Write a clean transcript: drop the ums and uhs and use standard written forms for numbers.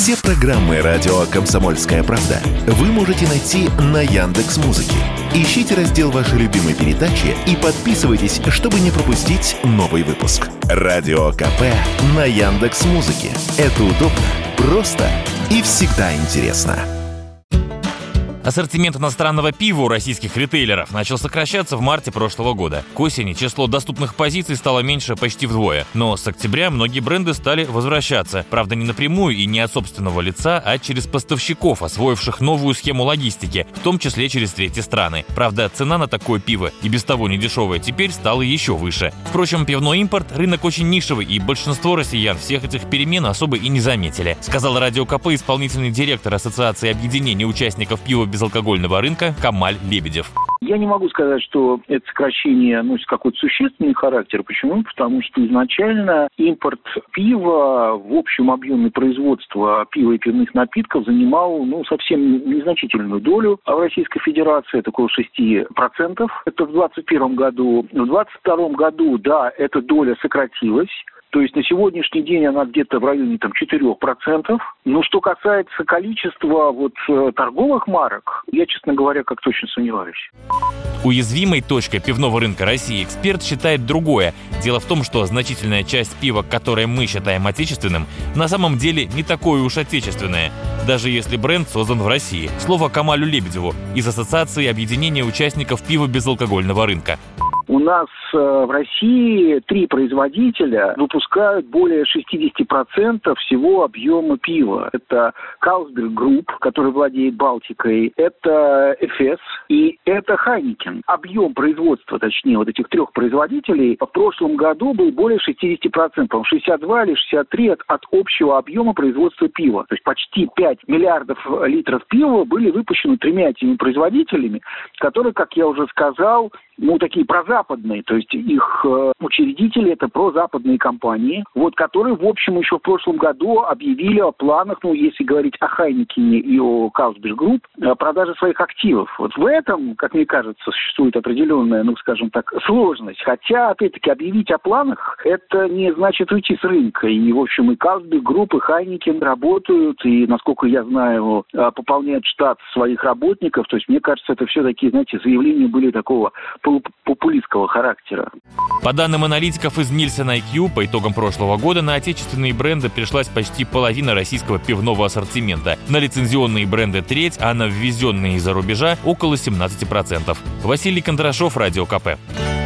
Все программы радио «Комсомольская правда» вы можете найти на Яндекс.Музыке. Ищите раздел вашей любимой передачи и подписывайтесь, чтобы не пропустить новый выпуск. Радио КП на Яндекс.Музыке. Это удобно, просто и всегда интересно. Ассортимент иностранного пива у российских ритейлеров начал сокращаться в марте прошлого года. К осени число доступных позиций стало меньше почти вдвое. Но с октября многие бренды стали возвращаться. Правда, не напрямую и не от собственного лица, а через поставщиков, освоивших новую схему логистики, в том числе через третьи страны. Правда, цена на такое пиво, и без того недешевая, теперь стала еще выше. Впрочем, пивной импорт – рынок очень нишевый, и большинство россиян всех этих перемен особо и не заметили, сказал Радио КП исполнительный директор Ассоциации объединения участников пива безалкогольного рынка Камаль Лебедев. Я не могу сказать, что это сокращение носит какой-то существенный характер. Почему? Потому что изначально импорт пива в общем объеме производства пива и пивных напитков занимал совсем незначительную долю в Российской Федерации, это около 6%. Это в 2021 году. В 2022 году, да, эта доля сократилась. То есть на сегодняшний день она где-то в районе 4%. Но что касается количества торговых марок, я, честно говоря, как-то очень сомневаюсь. Уязвимой точкой пивного рынка России эксперт считает другое. Дело в том, что значительная часть пива, которое мы считаем отечественным, на самом деле не такое уж отечественное, даже если бренд создан в России. Слово Камалю Лебедеву из Ассоциации объединения участников пива безалкогольного рынка. У нас в России 3 производителя выпускают более 60% всего объема пива. Это Carlsberg Group, который владеет Балтикой, это Efes и это Heineken. Объем производства, точнее, этих 3 производителей в прошлом году был более 60%, 62 или 63 от общего объема производства пива. То есть почти 5 миллиардов литров пива были выпущены 3 этими производителями, которые, как я уже сказал, такие прозападные, то есть их учредители это прозападные компании, которые, в общем, еще в прошлом году объявили о планах, если говорить о Хайникене и о Carlsberg Group, о продаже своих активов. В этом, как мне кажется, существует определенная, сложность. Хотя, опять-таки, объявить о планах, это не значит уйти с рынка. И, в общем, и Carlsberg Group, и Хайникен работают, и, насколько я знаю, пополняют штат своих работников. То есть, мне кажется, это все-таки, заявления были такого популистского характера. По данным аналитиков из Nielsen IQ, по итогам прошлого года на отечественные бренды пришлась почти половина российского пивного ассортимента. На лицензионные бренды треть, а на ввезенные из-за рубежа около 17%. Василий Кондрашов, Радио КП.